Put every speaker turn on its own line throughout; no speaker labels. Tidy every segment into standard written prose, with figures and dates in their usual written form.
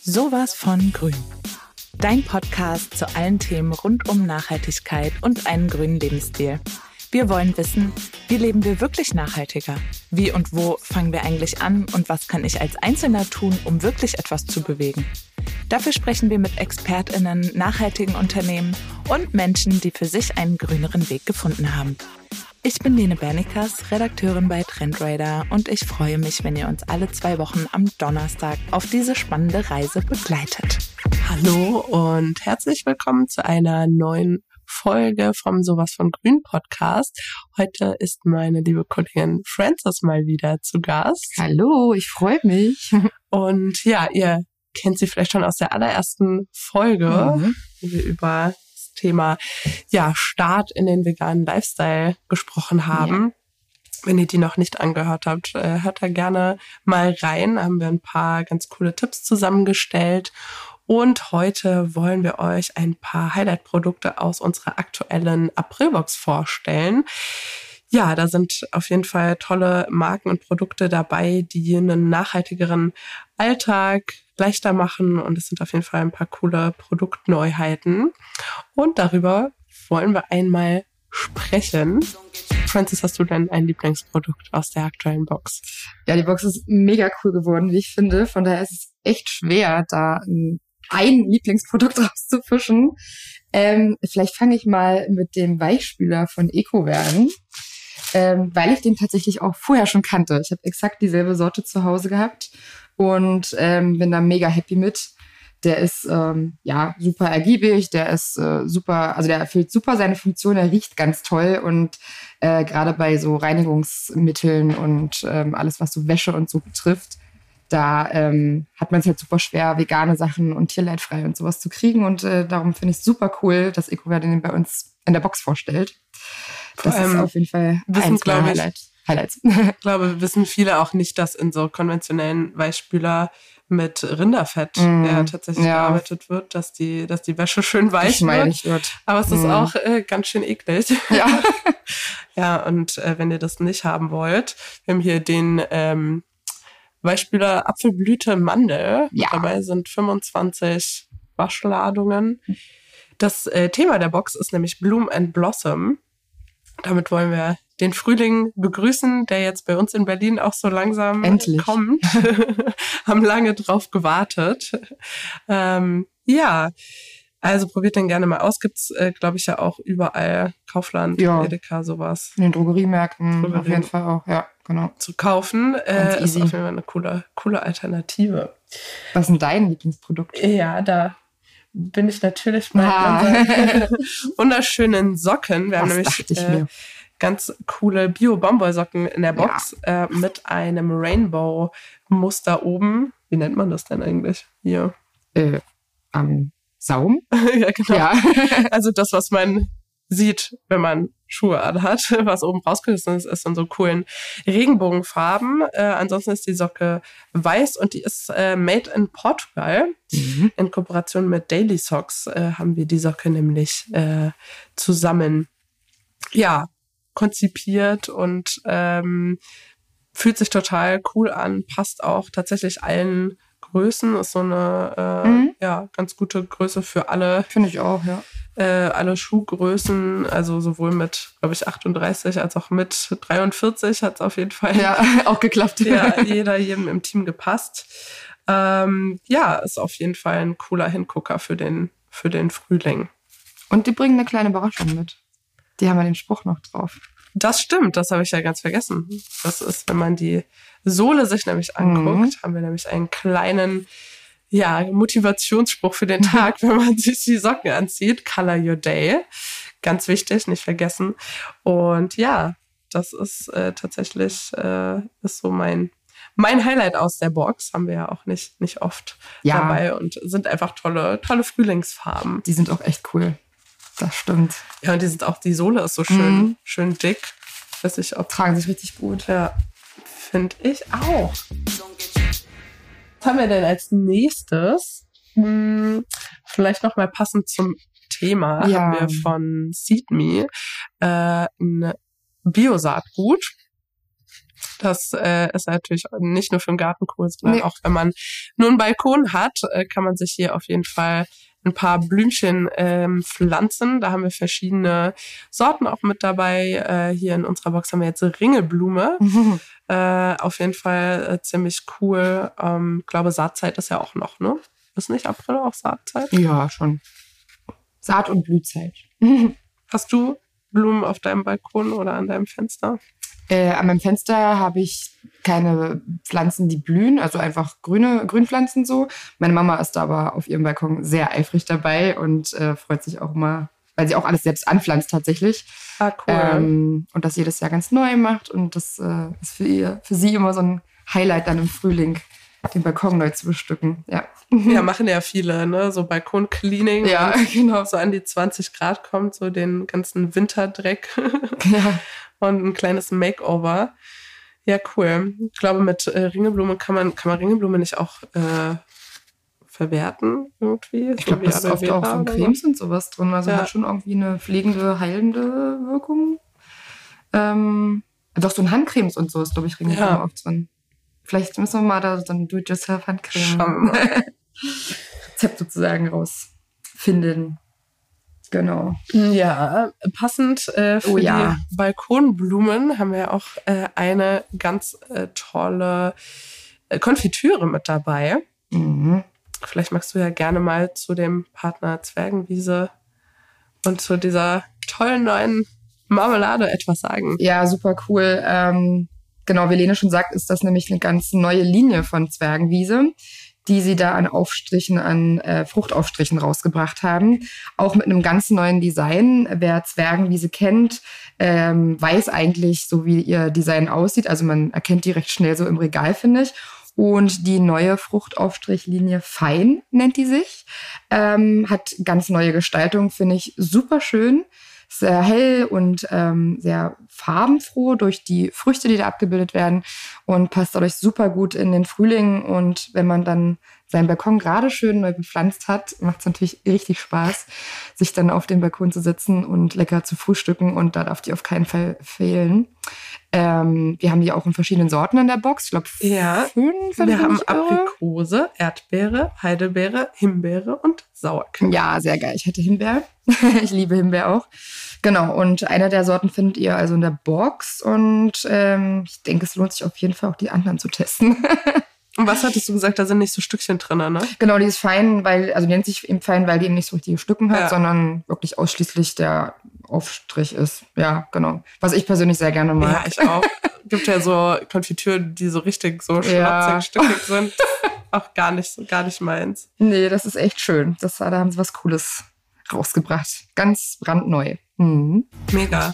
Sowas von grün. Dein Podcast zu allen Themen rund um Nachhaltigkeit und einen grünen Lebensstil. Wir wollen wissen, wie leben wir wirklich nachhaltiger? Wie und wo fangen wir eigentlich an und was kann ich als Einzelner tun, um wirklich etwas zu bewegen? Dafür sprechen wir mit ExpertInnen, nachhaltigen Unternehmen und Menschen, die für sich einen grüneren Weg gefunden haben. Ich bin Lene Bernikas, Redakteurin bei Trendradar und ich freue mich, wenn ihr uns alle 2 Wochen am Donnerstag auf diese spannende Reise begleitet.
Hallo und herzlich willkommen zu einer neuen Folge vom Sowas von Grün Podcast. Heute ist meine liebe Kollegin Frances mal wieder zu Gast.
Hallo, ich freue mich.
Und ja, ihr kennt sie vielleicht schon aus der allerersten Folge, wo wir über das Thema Start in den veganen Lifestyle gesprochen haben. Ja. Wenn ihr die noch nicht angehört habt, hört da gerne mal rein. Da haben wir ein paar ganz coole Tipps zusammengestellt. Und heute wollen wir euch ein paar Highlight-Produkte aus unserer aktuellen Aprilbox vorstellen. Ja, da sind auf jeden Fall tolle Marken und Produkte dabei, die einen nachhaltigeren Alltag leichter machen. Und es sind auf jeden Fall ein paar coole Produktneuheiten. Und darüber wollen wir einmal sprechen. Frances, hast du denn ein Lieblingsprodukt aus der aktuellen Box?
Ja, die Box ist mega cool geworden, wie ich finde. Von daher ist es echt schwer, da ein Lieblingsprodukt rauszufischen. Vielleicht fange ich mal mit dem Weichspüler von EcoVer an, weil ich den tatsächlich auch vorher schon kannte. Ich habe exakt dieselbe Sorte zu Hause gehabt und bin da mega happy mit. Der ist super ergiebig, der ist super, also der erfüllt super seine Funktion, er riecht ganz toll und gerade bei so Reinigungsmitteln und alles, was so Wäsche und so betrifft, da hat man es halt super schwer, vegane Sachen und tierleidfrei und sowas zu kriegen. Und darum finde ich es super cool, dass EcoVer den bei uns in der Box vorstellt. Das ist auf jeden Fall eins meiner Highlights.
Ich glaube, wissen viele auch nicht, dass in so konventionellen Weichspüler mit Rinderfett tatsächlich gearbeitet wird, dass die Wäsche schön weich wird. Aber es ist auch ganz schön eklig.
Ja.
Ja, und wenn ihr das nicht haben wollt, wir haben hier den Weichspüler Apfelblüte Mandel.
Ja.
Dabei sind 25 Waschladungen. Das Thema der Box ist nämlich Bloom and Blossom. Damit wollen wir den Frühling begrüßen, der jetzt bei uns in Berlin auch so langsam
endlich
kommt. Haben lange drauf gewartet. Also probiert den gerne mal aus. Gibt's, glaube ich, ja auch überall. Kaufland, Edeka, sowas.
In den Drogeriemärkten auf jeden Fall auch, ja, genau.
Zu kaufen. Ist auf jeden Fall eine coole Alternative.
Was ist denn dein Lieblingsprodukt?
Ja, da bin ich natürlich bei unseren wunderschönen Socken. Wir haben nämlich ganz coole Bio-Baumwollsocken in der Box mit einem Rainbow-Muster oben. Wie nennt man das denn eigentlich hier?
Am Saum?
Ja, genau.
Ja.
Also das, was man sieht, wenn man Schuhe anhat, was oben rausgerissen ist in so coolen Regenbogenfarben. Ansonsten ist die Socke weiß und die ist made in Portugal. In Kooperation mit Daily Socks haben wir die Socke nämlich zusammen konzipiert und fühlt sich total cool an, passt auch tatsächlich allen Größen, ist so eine ganz gute Größe für alle.
Finde ich auch, ja.
Alle Schuhgrößen, also sowohl mit, glaube ich, 38 als auch mit 43 hat es auf jeden Fall
auch geklappt.
Ja, jedem im Team gepasst. Ist auf jeden Fall ein cooler Hingucker für den Frühling.
Und die bringen eine kleine Überraschung mit. Die haben ja den Spruch noch drauf.
Das stimmt, das habe ich ja ganz vergessen. Das ist, wenn man die Sohle sich nämlich anguckt, haben wir nämlich einen kleinen Motivationsspruch für den Tag, wenn man sich die Socken anzieht. Color your day. Ganz wichtig, nicht vergessen. Und das ist tatsächlich ist so mein Highlight aus der Box. Haben wir ja auch nicht oft dabei und sind einfach tolle Frühlingsfarben.
Die sind auch echt cool. Das stimmt.
Ja, und die Sohle ist so schön dick. Weiß ich auch.
Tragen sich richtig gut.
Ja, finde ich auch. Was haben wir denn als nächstes? Vielleicht noch mal passend zum Thema haben wir von SeedMe ein Biosaatgut. Das ist natürlich nicht nur für den Garten cool, sondern auch wenn man nur einen Balkon hat, kann man sich hier auf jeden Fall ein paar Blümchen pflanzen. Da haben wir verschiedene Sorten auch mit dabei. Hier in unserer Box haben wir jetzt Ringelblume. Auf jeden Fall ziemlich cool. Glaube, Saatzeit ist ja auch noch, ne? Ist nicht April auch Saatzeit?
Ja, schon. Saat- und Blühzeit.
Hast du Blumen auf deinem Balkon oder an deinem Fenster?
An meinem Fenster habe ich keine Pflanzen, die blühen, also einfach Grünpflanzen so. Meine Mama ist da aber auf ihrem Balkon sehr eifrig dabei und freut sich auch immer, weil sie auch alles selbst anpflanzt tatsächlich.
Ah, cool.
Und das jedes Jahr ganz neu macht. Und das ist für sie immer so ein Highlight dann im Frühling, den Balkon neu zu bestücken. Ja,
machen ja viele, ne? So Balkon-Cleaning.
Ja, genau.
So an die 20 Grad kommt, so den ganzen Winterdreck.
Ja.
Und ein kleines Makeover. Ja, cool. Ich glaube, mit Ringelblume kann man Ringelblume nicht auch verwerten irgendwie?
Ich glaube, das ist oft auch so Cremes und sowas drin. Also hat schon irgendwie eine pflegende, heilende Wirkung. Doch so ein Handcremes und so ist, glaube ich, Ringelblume oft drin. Vielleicht müssen wir mal da so ein Do-it-yourself-Handcreme Rezept sozusagen rausfinden. Genau.
Ja, passend für die Balkonblumen haben wir auch eine ganz tolle Konfitüre mit dabei.
Mhm.
Vielleicht magst du ja gerne mal zu dem Partner Zwergenwiese und zu dieser tollen neuen Marmelade etwas sagen.
Ja, super cool. Genau, wie Lene schon sagt, ist das nämlich eine ganz neue Linie von Zwergenwiese, die sie da an Aufstrichen, an Fruchtaufstrichen rausgebracht haben. Auch mit einem ganz neuen Design. Wer Zwergenwiese kennt, weiß eigentlich so, wie ihr Design aussieht. Also man erkennt die recht schnell so im Regal, finde ich. Und die neue Fruchtaufstrichlinie Fein nennt die sich. Hat ganz neue Gestaltung, finde ich super schön. Sehr hell und sehr farbenfroh durch die Früchte, die da abgebildet werden und passt dadurch super gut in den Frühling. Und wenn man dann seinen Balkon gerade schön neu bepflanzt hat, macht es natürlich richtig Spaß, sich dann auf den Balkon zu setzen und lecker zu frühstücken. Und da darf die auf keinen Fall fehlen. Wir haben die auch in verschiedenen Sorten in der Box. Ich glaube, 5.
Wir haben Aprikose, Erdbeere, Heidelbeere, Himbeere und Sauerkirsche.
Ja, sehr geil. Ich hätte Himbeer. Ich liebe Himbeer auch. Genau, und eine der Sorten findet ihr also in der Box. Und ich denke, es lohnt sich auf jeden Fall auch die anderen zu testen.
Und was hattest du gesagt, da sind nicht so Stückchen drin, ne?
Genau, die ist fein, die nennt sich eben fein, weil die eben nicht so richtige Stücken hat, sondern wirklich ausschließlich der Aufstrich ist. Ja, genau. Was ich persönlich sehr gerne mag.
Ja, ich auch. Gibt ja so Konfitüren, die so richtig so schlotzig, stückig sind. Auch gar nicht meins.
Nee, das ist echt schön. Da haben sie was Cooles rausgebracht. Ganz brandneu. Mhm.
Mega.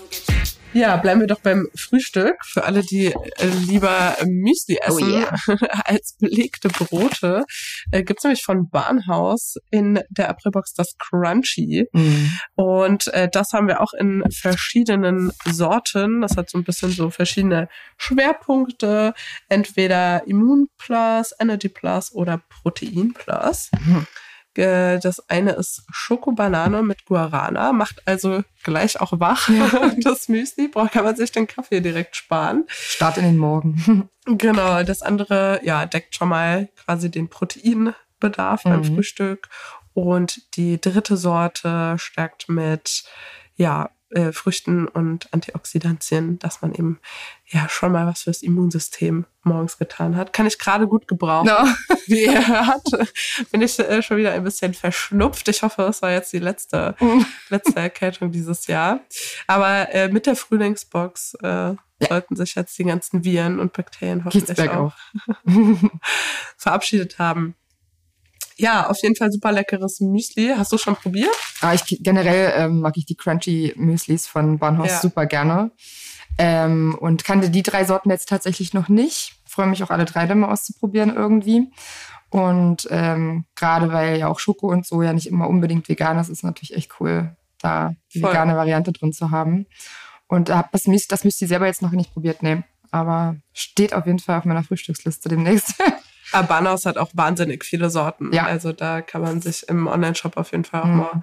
Ja, bleiben wir doch beim Frühstück. Für alle, die lieber Müsli essen als belegte Brote, gibt's nämlich von Barnhaus in der Aprilbox das Crunchy. Und das haben wir auch in verschiedenen Sorten. Das hat so ein bisschen so verschiedene Schwerpunkte. Entweder Immun Plus, Energy Plus oder Protein Plus. Das eine ist Schokobanane mit Guarana, macht also gleich auch wach. Das Müsli, kann man sich den Kaffee direkt sparen.
Start in den Morgen.
Genau, das andere deckt schon mal quasi den Proteinbedarf beim Frühstück. Und die dritte Sorte stärkt mit Früchten und Antioxidantien, dass man eben schon mal was fürs Immunsystem morgens getan hat. Kann ich gerade gut gebrauchen. No. Wie ihr hört, bin ich schon wieder ein bisschen verschnupft. Ich hoffe, das war jetzt die letzte Erkältung dieses Jahr. Aber mit der Frühlingsbox sollten sich jetzt die ganzen Viren und Bakterien hoffentlich auch verabschiedet haben. Ja, auf jeden Fall super leckeres Müsli. Hast du schon probiert?
Generell mag ich die Crunchy Müslis von Barnhaus super gerne. Und kannte die 3 Sorten jetzt tatsächlich noch nicht. Freue mich auch alle 3 dann mal auszuprobieren irgendwie. Und gerade weil ja auch Schoko und so ja nicht immer unbedingt vegan ist, ist natürlich echt cool, da die vegane Variante drin zu haben. Und habe das Müsli selber jetzt noch nicht probiert, nee. Aber steht auf jeden Fall auf meiner Frühstücksliste demnächst.
Aber Barnhaus hat auch wahnsinnig viele Sorten. Ja. Also da kann man sich im Online-Shop auf jeden Fall auch mal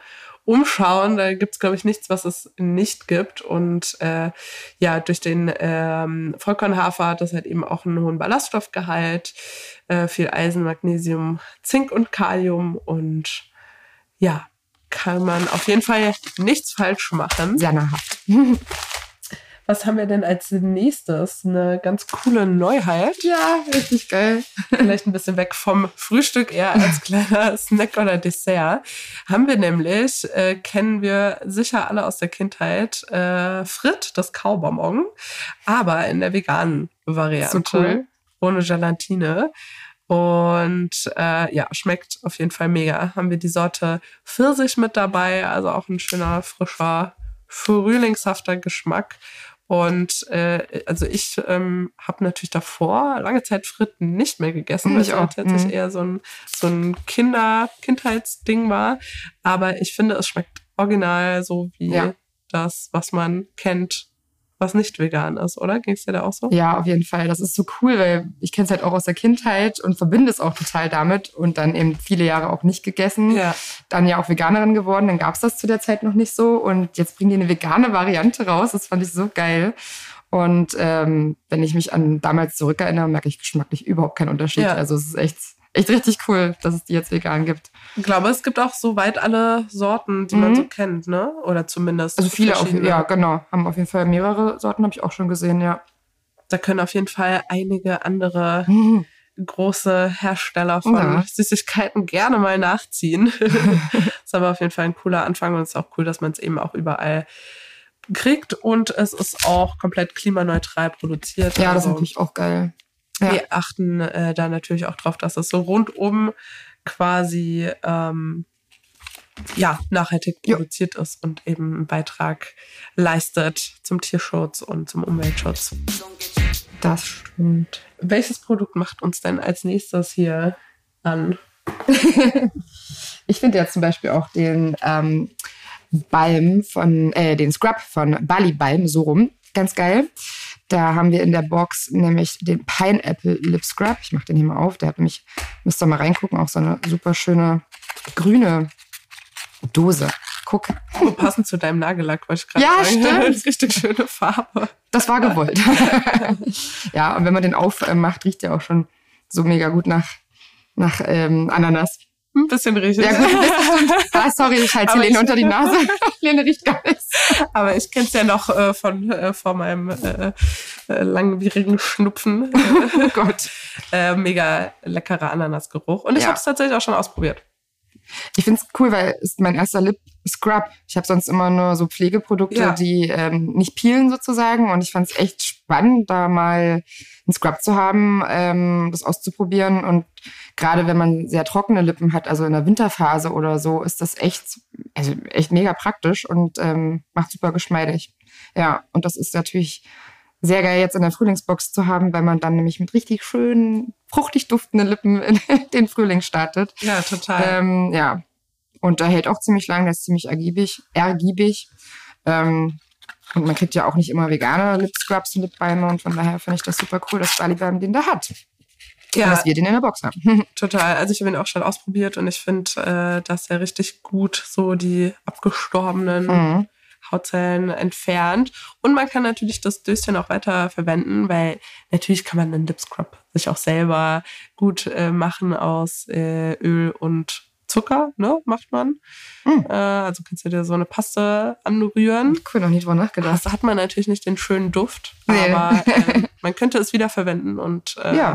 umschauen. Da gibt's, glaube ich, nichts, was es nicht gibt. Und durch den Vollkornhafer hat das halt eben auch einen hohen Ballaststoffgehalt, viel Eisen, Magnesium, Zink und Kalium. Und ja, kann man auf jeden Fall nichts falsch machen.
Sehr nahrhaft.
Was haben wir denn als nächstes? Eine ganz coole Neuheit.
Ja, richtig geil.
Vielleicht ein bisschen weg vom Frühstück, eher als kleiner Snack oder Dessert. Haben wir nämlich, kennen wir sicher alle aus der Kindheit, Fritt, das Kaubonbon, aber in der veganen Variante.
So cool.
Ohne Gelatine. Und schmeckt auf jeden Fall mega. Haben wir die Sorte Pfirsich mit dabei, also auch ein schöner, frischer, frühlingshafter Geschmack. Und ich habe natürlich davor lange Zeit Fritten nicht mehr gegessen, weil es tatsächlich eher so ein Kindheitsding war. Aber ich finde, es schmeckt original so wie das, was man kennt, was nicht vegan ist, oder? Ging es dir da auch so?
Ja, auf jeden Fall. Das ist so cool, weil ich kenne es halt auch aus der Kindheit und verbinde es auch total damit und dann eben viele Jahre auch nicht gegessen. Ja. Dann ja auch Veganerin geworden, dann gab es das zu der Zeit noch nicht so und jetzt bringen die eine vegane Variante raus. Das fand ich so geil. Und wenn ich mich an damals zurückerinnere, merke ich geschmacklich überhaupt keinen Unterschied. Ja. Also es ist echt richtig cool, dass es die jetzt vegan gibt.
Ich glaube, es gibt auch soweit alle Sorten, die man so kennt, ne? Oder zumindest.
Also viele, genau. Haben auf jeden Fall mehrere Sorten, habe ich auch schon gesehen, ja.
Da können auf jeden Fall einige andere große Hersteller von Süßigkeiten gerne mal nachziehen. Ist aber auf jeden Fall ein cooler Anfang und es ist auch cool, dass man es eben auch überall kriegt und es ist auch komplett klimaneutral produziert.
Ja, das ist natürlich auch geil.
Ja. Wir achten da natürlich auch drauf, dass es so rundum quasi nachhaltig produziert ist und eben einen Beitrag leistet zum Tierschutz und zum Umweltschutz.
Das stimmt.
Welches Produkt macht uns denn als nächstes hier an?
Ich finde ja zum Beispiel auch den den Scrub von Bali Balm, so rum, ganz geil. Da haben wir in der Box nämlich den Pineapple Lip Scrub. Ich mache den hier mal auf. Der hat nämlich, müsst ihr mal reingucken, auch so eine super schöne grüne Dose. Guck.
Oh, passend zu deinem Nagellack, wollte ich gerade sagen.
Ja, stimmt.
Richtig schöne Farbe.
Das war gewollt. Ja, und wenn man den aufmacht, riecht der auch schon so mega gut nach Ananas.
Ein bisschen riecht es.
Ja, gut. Sorry, ich halte Helene unter die Nase. Helene riecht gar nichts.
Aber ich kenne es ja noch von meinem langwierigen Schnupfen.
Oh Gott.
Mega leckerer Ananasgeruch. Und ich habe es tatsächlich auch schon ausprobiert.
Ich finde es cool, weil es ist mein erster Lip Scrub. Ich habe sonst immer nur so Pflegeprodukte, die nicht peelen sozusagen. Und ich fand es echt spannend, da mal einen Scrub zu haben, das auszuprobieren. Und gerade wenn man sehr trockene Lippen hat, also in der Winterphase oder so, ist das echt mega praktisch und macht super geschmeidig. Ja, und das ist natürlich sehr geil jetzt in der Frühlingsbox zu haben, weil man dann nämlich mit richtig schönen, fruchtig duftenden Lippen in den Frühling startet.
Ja, total.
Und der hält auch ziemlich lang, der ist ziemlich ergiebig. Und man kriegt ja auch nicht immer vegane Lip Scrubs und Lipbalme und von daher finde ich das super cool, dass Bali Balm den da hat. Ja. Und dass wir den in der Box haben.
Total. Also ich habe ihn auch schon ausprobiert und ich finde, dass er richtig gut so die abgestorbenen Hautzellen entfernt. Und man kann natürlich das Döschen auch weiter verwenden, weil natürlich kann man einen Lip Scrub sich auch selber gut machen aus Öl und Zucker, ne, macht man. Also kannst du dir so eine Paste anrühren.
Cool, noch nie drüber nachgedacht.
Da hat man natürlich nicht den schönen Duft, aber man könnte es wiederverwenden und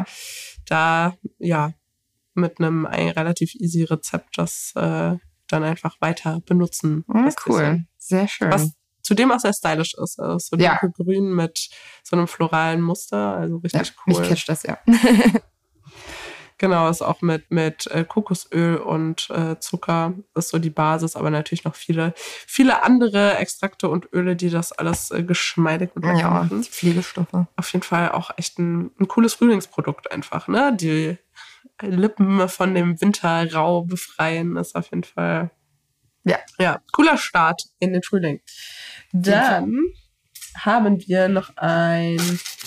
mit einem relativ easy Rezept das dann einfach weiter benutzen.
Cool, sehr schön.
Was zudem auch sehr stylisch ist. Also so dunkelgrün mit so einem floralen Muster, also richtig cool.
Mich catcht das, ja.
Genau, ist auch mit Kokosöl und Zucker ist so die Basis, aber natürlich noch viele, viele andere Extrakte und Öle, die das alles geschmeidig und lecker machen.
Pflegestoffe.
Auf jeden Fall auch echt ein cooles Frühlingsprodukt einfach, ne? Die Lippen von dem Winterrau befreien ist auf jeden Fall cooler Start in den Frühling. Dann haben wir noch ein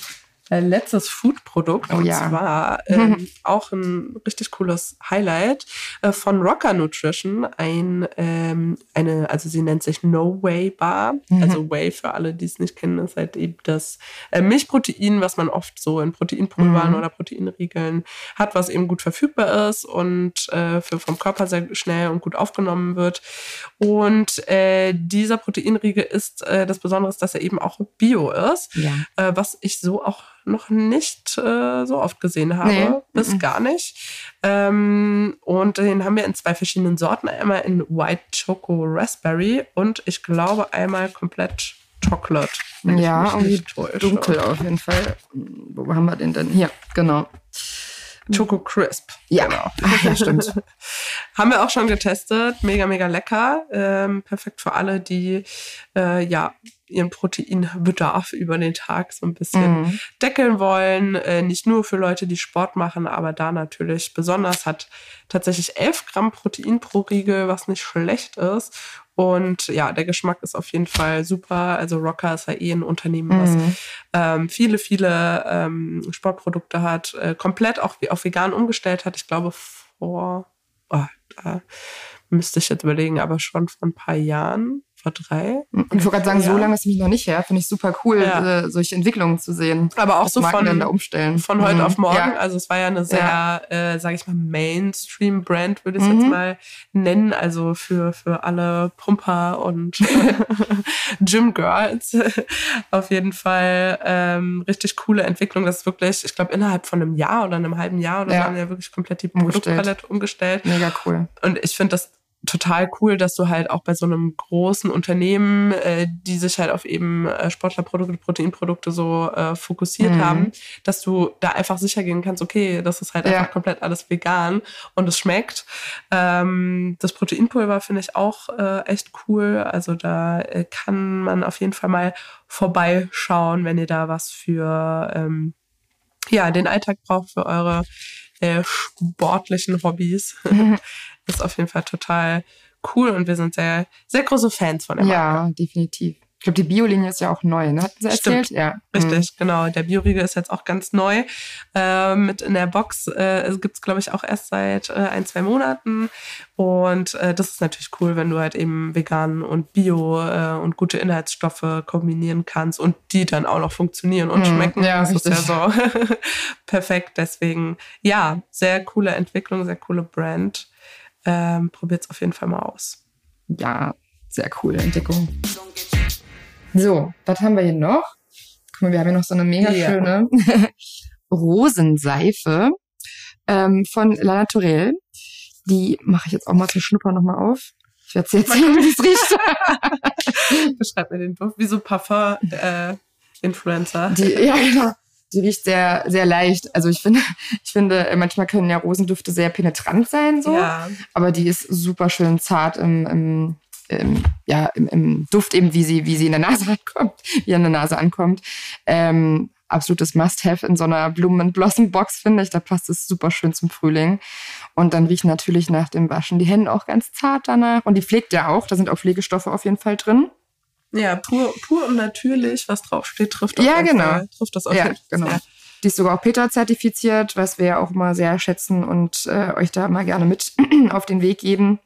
letztes Food-Produkt.
Oh,
und
ja.
zwar auch ein richtig cooles Highlight von Rocker Nutrition. Also sie nennt sich No Whey Bar. Also Whey, für alle, die es nicht kennen, ist halt eben das Milchprotein, was man oft so in Proteinpulvern oder Proteinriegeln hat, was eben gut verfügbar ist und vom Körper sehr schnell und gut aufgenommen wird. Und dieser Proteinriegel ist das Besondere, dass er eben auch Bio ist, was ich so auch noch nicht so oft gesehen habe, bis gar nicht. Und den haben wir in 2 verschiedenen Sorten, einmal in White Choco Raspberry und ich glaube einmal komplett Chocolate.
Ja, irgendwie dunkel auf jeden Fall. Wo haben wir den denn? Hier, genau.
Choco Crisp.
Ja,
genau.
Ja, stimmt.
Haben wir auch schon getestet. Mega, mega lecker. Perfekt für alle, die ihren Proteinbedarf über den Tag so ein bisschen deckeln wollen. Nicht nur für Leute, die Sport machen, aber da natürlich besonders. Hat tatsächlich 11 Gramm Protein pro Riegel, was nicht schlecht ist. Und ja, der Geschmack ist auf jeden Fall super. Also Rocker ist ja ein Unternehmen, was viele Sportprodukte hat, komplett auch auf vegan umgestellt hat. Ich glaube da müsste ich jetzt überlegen, aber schon vor ein paar Jahren, vor 3.
Ich wollte gerade sagen, so lange ist es mich noch nicht her. Finde ich super cool, solche Entwicklungen zu sehen.
Aber auch
was
so
Marken da umstellen.
Von heute auf morgen.
Ja.
Also es war ja eine sehr, sage ich mal, Mainstream-Brand, würde ich es jetzt mal nennen. Also für alle Pumper und Gym-Girls auf jeden Fall richtig coole Entwicklung. Das ist wirklich, ich glaube, innerhalb von einem Jahr oder einem halben Jahr oder so haben wir wirklich komplett die Produktpalette umgestellt.
Mega cool.
Und ich finde das total cool, dass du halt auch bei so einem großen Unternehmen, die sich halt auf eben Sportlerprodukte, Proteinprodukte so fokussiert haben, dass du da einfach sicher gehen kannst, okay, das ist halt einfach komplett alles vegan und es schmeckt. Das Proteinpulver finde ich auch echt cool. Also da kann man auf jeden Fall mal vorbeischauen, wenn ihr da was für den Alltag braucht, für eure sportlichen Hobbys. Ist auf jeden Fall total cool und wir sind sehr, sehr große Fans von der Marke.
Ja, definitiv. Ich glaube, die Bio-Linie ist ja auch neu, ne? Hatten Sie erzählt?
Stimmt.
Ja.
Richtig, genau. Der Bio-Riegel ist jetzt auch ganz neu. Mit in der Box gibt's, glaube ich, auch erst seit 1-2 Monaten. Und das ist natürlich cool, wenn du halt eben vegan und Bio und gute Inhaltsstoffe kombinieren kannst und die dann auch noch funktionieren und schmecken.
Ja,
das
richtig.
ist ja so perfekt. Deswegen, ja, sehr coole Entwicklung, sehr coole Brand. Probiert's auf jeden Fall mal aus.
Ja, sehr coole Entdeckung. So, was haben wir hier noch? Guck mal, wir haben hier noch so eine mega schöne Rosenseife von La Naturelle. Die mache ich jetzt auch mal zum Schnuppern nochmal auf. Ich werde dir erzählen, wie es riecht.
Beschreib mir den Duft, wie so Parfum-Influencer.
Ja, genau. Die riecht sehr, sehr leicht. Also ich finde, manchmal können ja Rosendüfte sehr penetrant sein, so. Ja. Aber die ist super schön zart im Duft eben, wie sie in der Nase ankommt, Absolutes Must-Have in so einer Blumen-Blossom-Box, finde ich. Da passt es super schön zum Frühling. Und dann riechen natürlich nach dem Waschen die Hände auch ganz zart danach. Und die pflegt ja auch. Da sind auch Pflegestoffe auf jeden Fall drin.
Ja, pur und natürlich, was draufsteht, trifft auf jeden Fall. Trifft das auf jeden Fall.
Genau. Ja. Die ist sogar auch PETA-zertifiziert, was wir ja auch mal sehr schätzen und euch da mal gerne mit auf den Weg geben.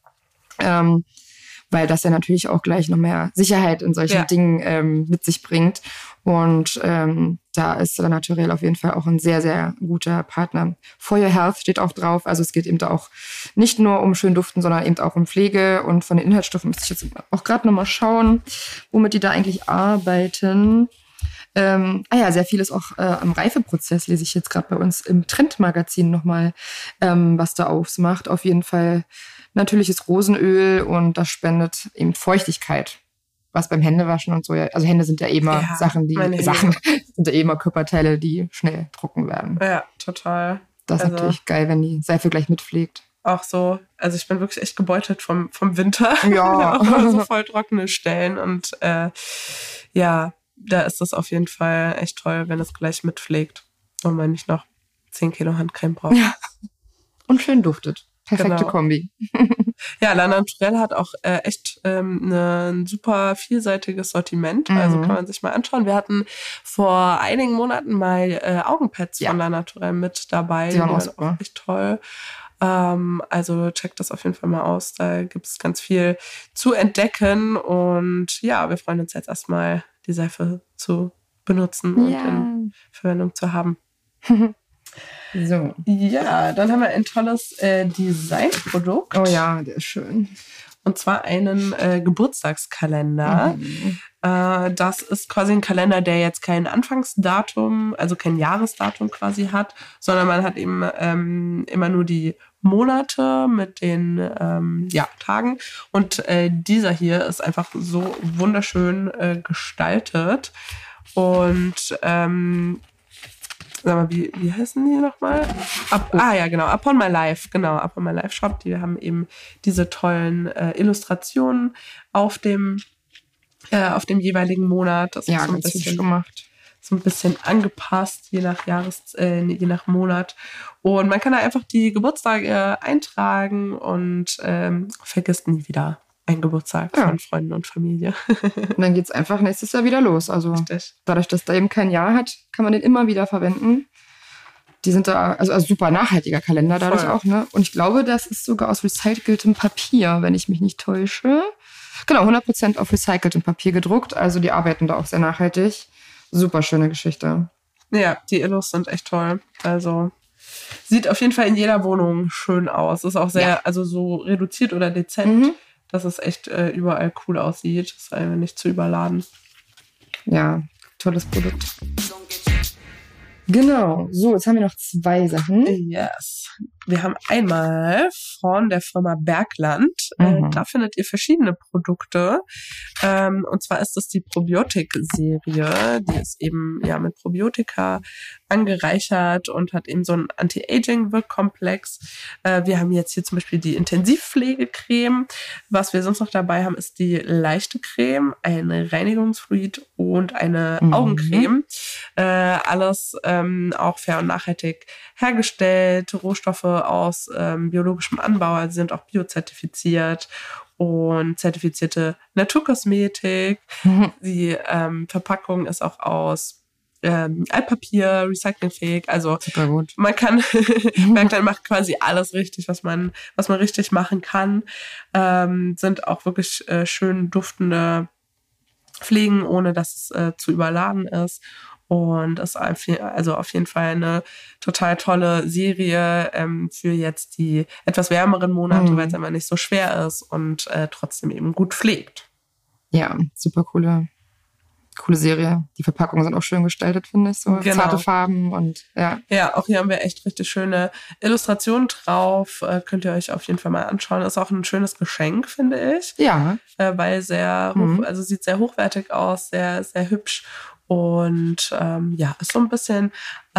Weil das ja natürlich auch gleich noch mehr Sicherheit in solchen Dingen mit sich bringt. Und da ist La Naturelle auf jeden Fall auch ein sehr, sehr guter Partner. For Your Health steht auch drauf. Also es geht eben da auch nicht nur um schön duften, sondern eben auch um Pflege. Und von den Inhaltsstoffen müsste ich jetzt auch gerade nochmal schauen, womit die da eigentlich arbeiten. Sehr vieles auch am Reifeprozess lese ich jetzt gerade bei uns im Trendmagazin nochmal, was da ausmacht. Auf jeden Fall natürliches Rosenöl und das spendet eben Feuchtigkeit. Was beim Händewaschen und so, also Hände sind ja eh immer sind ja eh immer Körperteile, die schnell trocken werden.
Ja, total.
Das ist natürlich geil, wenn die Seife gleich mitpflegt.
Auch so, also ich bin wirklich echt gebeutelt vom Winter.
Ja.
Auch so voll trockene Stellen und da ist das auf jeden Fall echt toll, wenn es gleich mitpflegt und man nicht noch 10 Kilo Handcreme braucht.
Ja. Und schön duftet. Perfekte Kombi.
Ja, La Naturelle hat auch echt ein super vielseitiges Sortiment. Also kann man sich mal anschauen. Wir hatten vor einigen Monaten mal Augenpads von La Naturelle mit dabei.
Die waren auch
echt toll. Also checkt das auf jeden Fall mal aus. Da gibt es ganz viel zu entdecken. Und ja, wir freuen uns jetzt erstmal, die Seife zu benutzen und in Verwendung zu haben.
So.
Ja, dann haben wir ein tolles Designprodukt.
Oh ja, der ist schön.
Und zwar einen Geburtstagskalender. Das ist quasi ein Kalender, der jetzt kein Anfangsdatum, also kein Jahresdatum quasi hat, sondern man hat eben immer nur die Monate mit den Tagen. Und dieser hier ist einfach so wunderschön gestaltet. Und sag mal, wie heißen die nochmal? Upon My Life. Genau, Upon My Life Shop. Die haben eben diese tollen Illustrationen auf dem jeweiligen Monat. Das ist so ein bisschen gemacht. So ein bisschen angepasst, je nach Monat. Und man kann da einfach die Geburtstage eintragen und vergisst nie wieder einen Geburtstag von Freunden und Familie.
Und dann geht's einfach nächstes Jahr wieder los. Also dadurch, dass da eben kein Jahr hat, kann man den immer wieder verwenden. Die sind da, also super nachhaltiger Kalender dadurch auch, ne? Und ich glaube, das ist sogar aus recyceltem Papier, wenn ich mich nicht täusche. Genau, 100% auf recyceltem Papier gedruckt. Also die arbeiten da auch sehr nachhaltig. Super schöne Geschichte.
Ja, die Illus sind echt toll. Also sieht auf jeden Fall in jeder Wohnung schön aus. Ist auch sehr, also so reduziert oder dezent, dass es echt überall cool aussieht. Ist einfach nicht zu überladen.
Ja, tolles Produkt. Genau. So, jetzt haben wir noch 2 Sachen.
Yes. Wir haben einmal von der Firma Bergland. Da findet ihr verschiedene Produkte. Und zwar ist das die Probiotik-Serie. Die ist eben mit Probiotika angereichert und hat eben so einen Anti-Aging-Wirkkomplex. Wir haben jetzt hier zum Beispiel die Intensivpflegecreme. Was wir sonst noch dabei haben, ist die leichte Creme, ein Reinigungsfluid und eine Augencreme. Alles auch fair und nachhaltig hergestellt. Rohstoffe aus biologischem Anbau, also sind auch biozertifiziert und zertifizierte Naturkosmetik. Die Verpackung ist auch aus Altpapier, recyclingfähig. Also
super gut.
Man kann, Bergland macht quasi alles richtig, was man richtig machen kann. Sind auch wirklich schön duftende Pflegen, ohne dass es zu überladen ist. Und ist also auf jeden Fall eine total tolle Serie für jetzt die etwas wärmeren Monate, weil es einfach nicht so schwer ist und trotzdem eben gut pflegt.
Ja, super coole Serie. Die Verpackungen sind auch schön gestaltet, finde ich. So zarte Farben und ja. Ja,
auch hier haben wir echt richtig schöne Illustrationen drauf. Könnt ihr euch auf jeden Fall mal anschauen. Ist auch ein schönes Geschenk, finde ich.
Ja.
Weil also sieht sehr hochwertig aus, sehr, sehr hübsch. Und ist so ein bisschen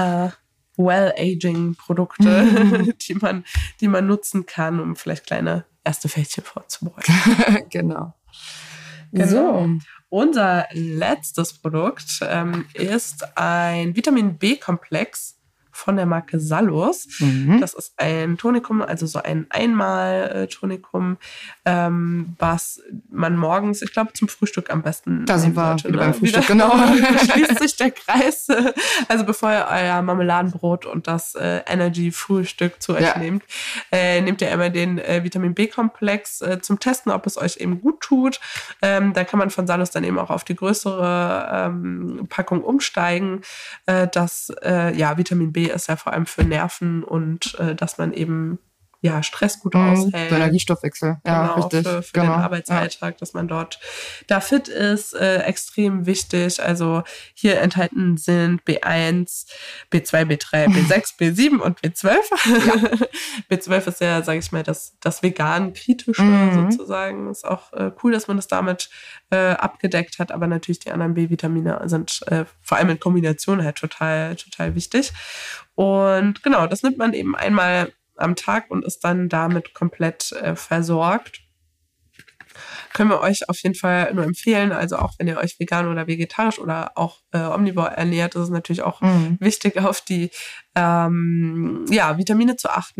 Well-Aging-Produkte, die man nutzen kann, um vielleicht kleine erste Fältchen vorzubeugen.
Genau.
So. Unser letztes Produkt ist ein Vitamin B-Komplex von der Marke Salus. Das ist ein Tonikum, also so ein Einmal-Tonikum, was man morgens, ich glaube, zum Frühstück am besten
da sind wir wieder beim Frühstück, genau.
Schließt sich der Kreis. Also bevor ihr euer Marmeladenbrot und das Energy-Frühstück zu euch nehmt, nehmt ihr einmal den Vitamin B-Komplex zum Testen, ob es euch eben gut tut. Da kann man von Salus dann eben auch auf die größere Packung umsteigen. Das Vitamin B ist ja vor allem für Nerven und dass man eben Stress gut aushält.
Der Energiestoffwechsel,
genau, richtig. Für den Arbeitsalltag, dass man da fit ist, extrem wichtig. Also hier enthalten sind B1, B2, B3, B6, B7 und B12. B12 ist ja, sage ich mal, das vegan-kritische sozusagen. Ist auch cool, dass man das damit abgedeckt hat, aber natürlich die anderen B-Vitamine sind vor allem in Kombination halt total, total wichtig. Und genau, das nimmt man eben einmal am Tag und ist dann damit komplett versorgt. Können wir euch auf jeden Fall nur empfehlen. Also auch wenn ihr euch vegan oder vegetarisch oder auch omnivor ernährt, ist es natürlich auch wichtig, auf die Vitamine zu achten.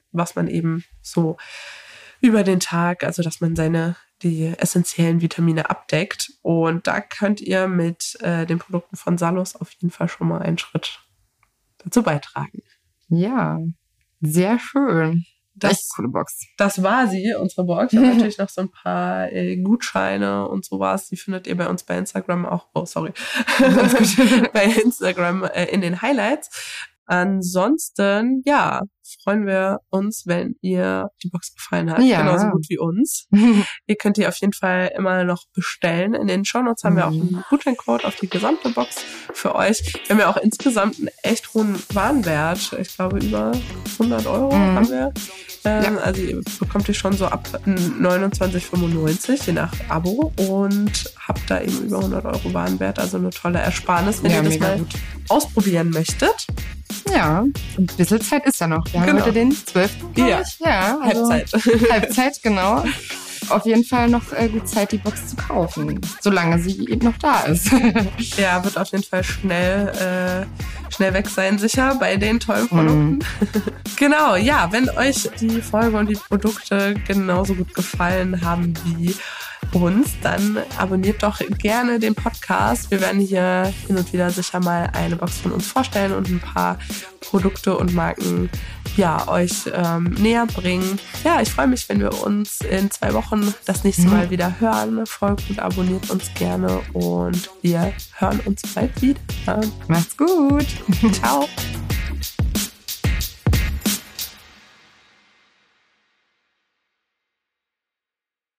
was man eben so über den Tag, also dass man die essentiellen Vitamine abdeckt. Und da könnt ihr mit den Produkten von Salus auf jeden Fall schon mal einen Schritt dazu beitragen.
Ja, sehr schön. Echt coole Box. Das
war sie, unsere Box. Ich habe natürlich noch so ein paar Gutscheine und sowas. Die findet ihr bei uns bei Instagram auch. Oh, sorry. Bei Instagram in den Highlights. Ansonsten, ja, freuen wir uns, wenn ihr die Box gefallen hat. Ja. Genauso gut wie uns. Ihr könnt die auf jeden Fall immer noch bestellen. In den Shownotes haben wir auch einen Gutscheincode auf die gesamte Box für euch. Wir haben ja auch insgesamt einen echt hohen Warenwert. Ich glaube, über 100 € haben wir. Also ihr bekommt die schon so ab 29,95 je nach Abo und habt da eben über 100 € Warenwert. Also eine tolle Ersparnis, wenn ihr das mal ausprobieren möchtet.
Ja, ein bisschen Zeit ist ja noch. Wir haben heute den 12.
Ja,
also Halbzeit, genau. Auf jeden Fall noch gut Zeit, die Box zu kaufen, solange sie eben noch da ist.
Ja, wird auf jeden Fall schnell weg sein, sicher, bei den tollen Produkten. Genau, ja, wenn euch die Folge und die Produkte genauso gut gefallen haben wie uns, dann abonniert doch gerne den Podcast. Wir werden hier hin und wieder sicher mal eine Box von uns vorstellen und ein paar Produkte und Marken euch näher bringen. Ja, ich freue mich, wenn wir uns in 2 Wochen das nächste Mal wieder hören. Folgt und abonniert uns gerne und wir hören uns bald wieder.
Macht's gut.
Ciao.